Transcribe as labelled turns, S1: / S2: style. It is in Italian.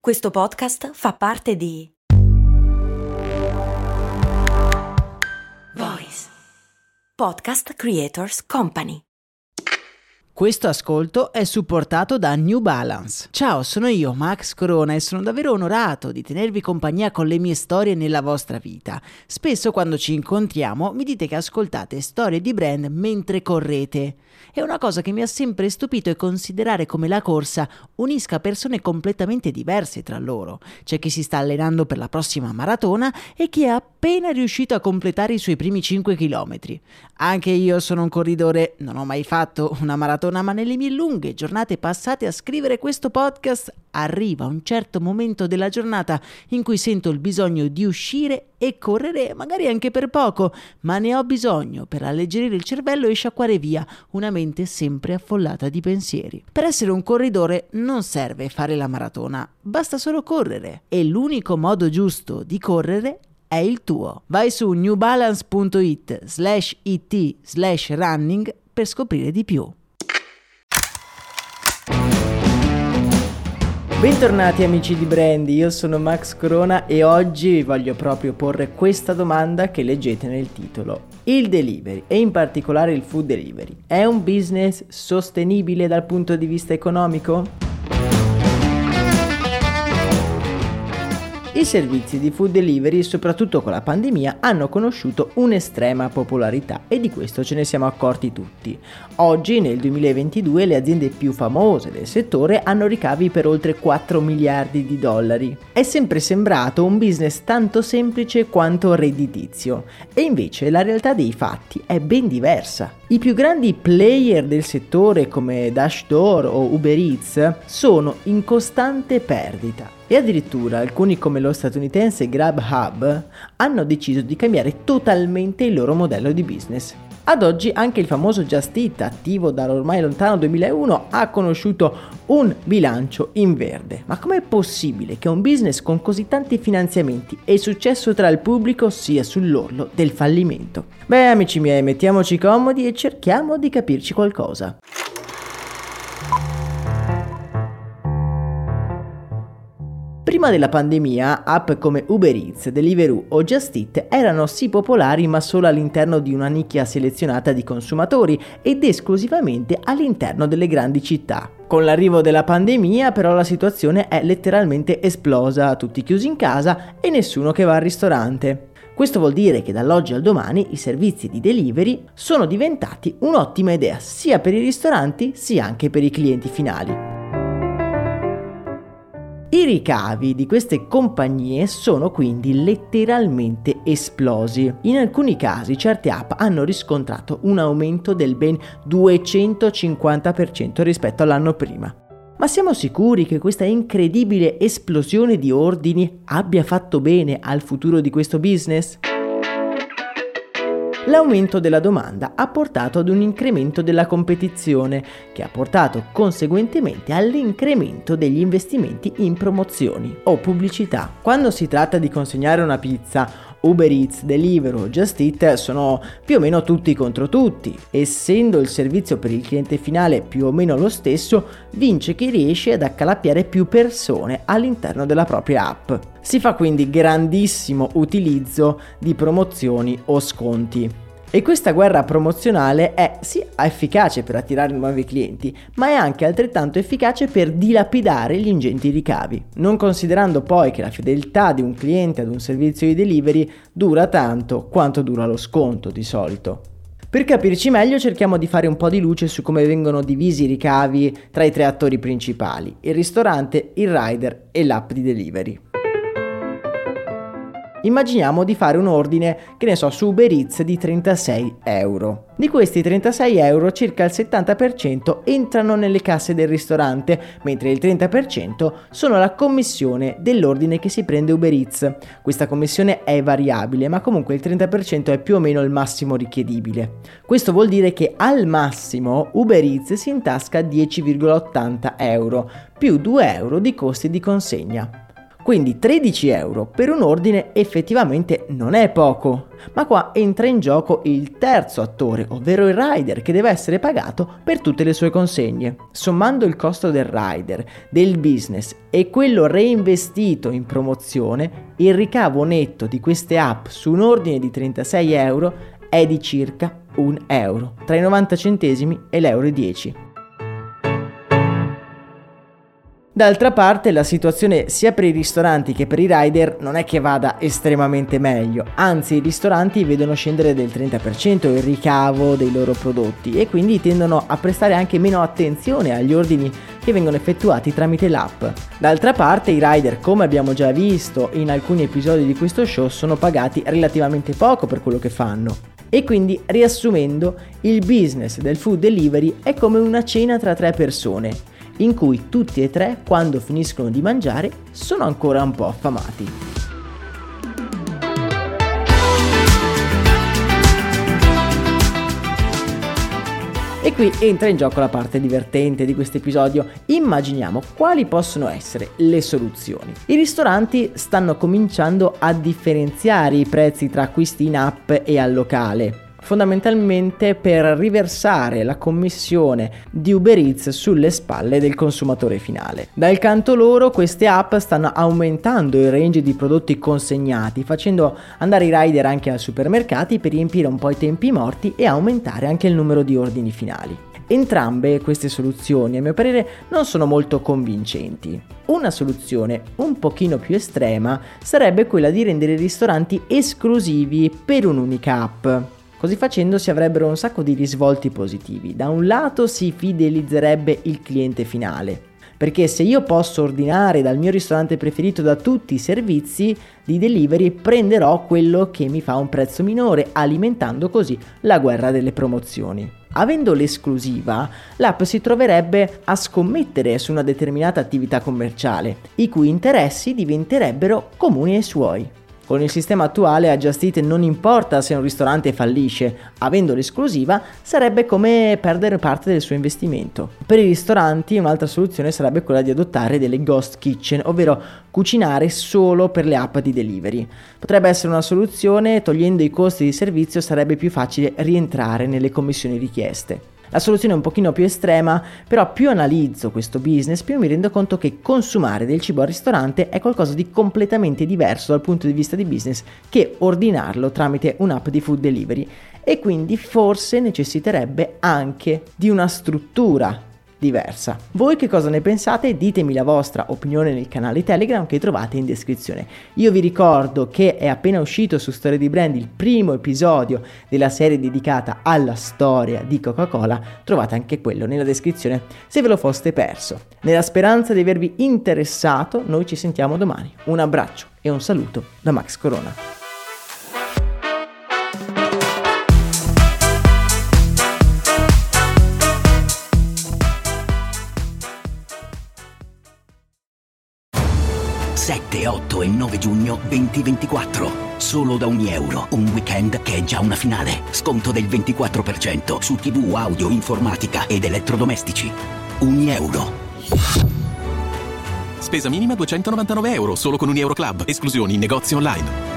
S1: Questo podcast fa parte di Voice Podcast Creators Company.
S2: Questo ascolto è supportato da New Balance. Ciao, sono io, Max Corona, e sono davvero onorato di tenervi compagnia con le mie storie nella vostra vita. Spesso quando ci incontriamo mi dite che ascoltate storie di brand mentre correte. E una cosa che mi ha sempre stupito è considerare come la corsa unisca persone completamente diverse tra loro. C'è chi si sta allenando per la prossima maratona e chi è appena riuscito a completare i suoi primi 5 chilometri. Anche io sono un corridore, non ho mai fatto una maratona, ma nelle mie lunghe giornate passate a scrivere questo podcast arriva un certo momento della giornata in cui sento il bisogno di uscire e correre, magari anche per poco, ma ne ho bisogno per alleggerire il cervello e sciacquare via una mente sempre affollata di pensieri. Per essere un corridore non serve fare la maratona, basta solo correre, e l'unico modo giusto di correre è il tuo. Vai su newbalance.it/running per scoprire di più. Bentornati amici di Brandy, io sono Max Corona e oggi vi voglio proprio porre questa domanda che leggete nel titolo. Il delivery, e in particolare il food delivery, è un business sostenibile dal punto di vista economico? I servizi di food delivery, soprattutto con la pandemia, hanno conosciuto un'estrema popolarità e di questo ce ne siamo accorti tutti. Oggi, nel 2022, le aziende più famose del settore hanno ricavi per oltre 4 miliardi di dollari. È sempre sembrato un business tanto semplice quanto redditizio, e invece la realtà dei fatti è ben diversa. I più grandi player del settore come Dashdoor o Uber Eats sono in costante perdita. E addirittura alcuni come lo statunitense Grubhub hanno deciso di cambiare totalmente il loro modello di business. Ad oggi anche il famoso Just Eat, attivo dall'ormai lontano 2001, ha conosciuto un bilancio in verde. Ma com'è possibile che un business con così tanti finanziamenti e successo tra il pubblico sia sull'orlo del fallimento? Beh, amici miei, mettiamoci comodi e cerchiamo di capirci qualcosa. Prima della pandemia, app come Uber Eats, Deliveroo o Just Eat erano sì popolari, ma solo all'interno di una nicchia selezionata di consumatori ed esclusivamente all'interno delle grandi città. Con l'arrivo della pandemia, però, la situazione è letteralmente esplosa, tutti chiusi in casa e nessuno che va al ristorante. Questo vuol dire che dall'oggi al domani i servizi di delivery sono diventati un'ottima idea sia per i ristoranti sia anche per i clienti finali. I ricavi di queste compagnie sono quindi letteralmente esplosi. In alcuni casi certe app hanno riscontrato un aumento del ben 250% rispetto all'anno prima. Ma siamo sicuri che questa incredibile esplosione di ordini abbia fatto bene al futuro di questo business? L'aumento della domanda ha portato ad un incremento della competizione, che ha portato conseguentemente all'incremento degli investimenti in promozioni o pubblicità. Quando si tratta di consegnare una pizza, Uber Eats, Deliveroo o Just Eat sono più o meno tutti contro tutti. Essendo il servizio per il cliente finale più o meno lo stesso, vince chi riesce ad accalappiare più persone all'interno della propria app. Si fa quindi grandissimo utilizzo di promozioni o sconti. E questa guerra promozionale è sì efficace per attirare nuovi clienti, ma è anche altrettanto efficace per dilapidare gli ingenti ricavi, non considerando poi che la fedeltà di un cliente ad un servizio di delivery dura tanto quanto dura lo sconto di solito. Per capirci meglio cerchiamo di fare un po' di luce su come vengono divisi i ricavi tra i tre attori principali: il ristorante, il rider e l'app di delivery. Immaginiamo di fare un ordine, su Uber Eats di 36 euro. Di questi 36 euro circa il 70% entrano nelle casse del ristorante, mentre il 30% sono la commissione dell'ordine che si prende Uber Eats. Questa commissione è variabile, ma comunque il 30% è più o meno il massimo richiedibile. Questo vuol dire che al massimo Uber Eats si intasca 10,80 euro, più 2 euro di costi di consegna. Quindi 13 euro per un ordine effettivamente non è poco, ma qua entra in gioco il terzo attore, ovvero il rider, che deve essere pagato per tutte le sue consegne. Sommando il costo del rider, del business e quello reinvestito in promozione, il ricavo netto di queste app su un ordine di 36 euro è di circa 1 euro, tra i 90 centesimi e l'euro 10. D'altra parte la situazione sia per i ristoranti che per i rider non è che vada estremamente meglio, anzi i ristoranti vedono scendere del 30% il ricavo dei loro prodotti e quindi tendono a prestare anche meno attenzione agli ordini che vengono effettuati tramite l'app. D'altra parte i rider, come abbiamo già visto in alcuni episodi di questo show, sono pagati relativamente poco per quello che fanno. E quindi, riassumendo, il business del food delivery è come una cena tra 3 persone, in cui tutti e 3, quando finiscono di mangiare, sono ancora un po' affamati. E qui entra in gioco la parte divertente di questo episodio. Immaginiamo quali possono essere le soluzioni. I ristoranti stanno cominciando a differenziare i prezzi tra acquisti in app e al locale, fondamentalmente per riversare la commissione di Uber Eats sulle spalle del consumatore finale. Dal canto loro, queste app stanno aumentando il range di prodotti consegnati, facendo andare i rider anche ai supermercati per riempire un po' i tempi morti e aumentare anche il numero di ordini finali. Entrambe queste soluzioni, a mio parere, non sono molto convincenti. Una soluzione un pochino più estrema sarebbe quella di rendere i ristoranti esclusivi per un'unica app. Così facendo si avrebbero un sacco di risvolti positivi. Da un lato si fidelizzerebbe il cliente finale, perché se io posso ordinare dal mio ristorante preferito da tutti i servizi di delivery, prenderò quello che mi fa un prezzo minore, alimentando così la guerra delle promozioni. Avendo l'esclusiva, l'app si troverebbe a scommettere su una determinata attività commerciale, i cui interessi diventerebbero comuni ai suoi. Con il sistema attuale a Just Eat non importa se un ristorante fallisce, avendo l'esclusiva sarebbe come perdere parte del suo investimento. Per i ristoranti un'altra soluzione sarebbe quella di adottare delle ghost kitchen, ovvero cucinare solo per le app di delivery. Potrebbe essere una soluzione, togliendo i costi di servizio sarebbe più facile rientrare nelle commissioni richieste. La soluzione è un pochino più estrema, però più analizzo questo business, più mi rendo conto che consumare del cibo al ristorante è qualcosa di completamente diverso dal punto di vista di business che ordinarlo tramite un'app di food delivery, e quindi forse necessiterebbe anche di una struttura diversa. Voi che cosa ne pensate? Ditemi la vostra opinione nel canale Telegram che trovate in descrizione. Io vi ricordo che è appena uscito su Storia di Brand il primo episodio della serie dedicata alla storia di Coca-Cola, trovate anche quello nella descrizione se ve lo foste perso. Nella speranza di avervi interessato, noi ci sentiamo domani. Un abbraccio e un saluto da Max Corona.
S3: (7, 8 e 9 giugno 2024). Solo da €1. Un weekend che è già una finale. Sconto del 24% su TV, audio, informatica ed elettrodomestici. €1.
S4: Spesa minima €299 solo con un Euroclub. Esclusioni in negozi online.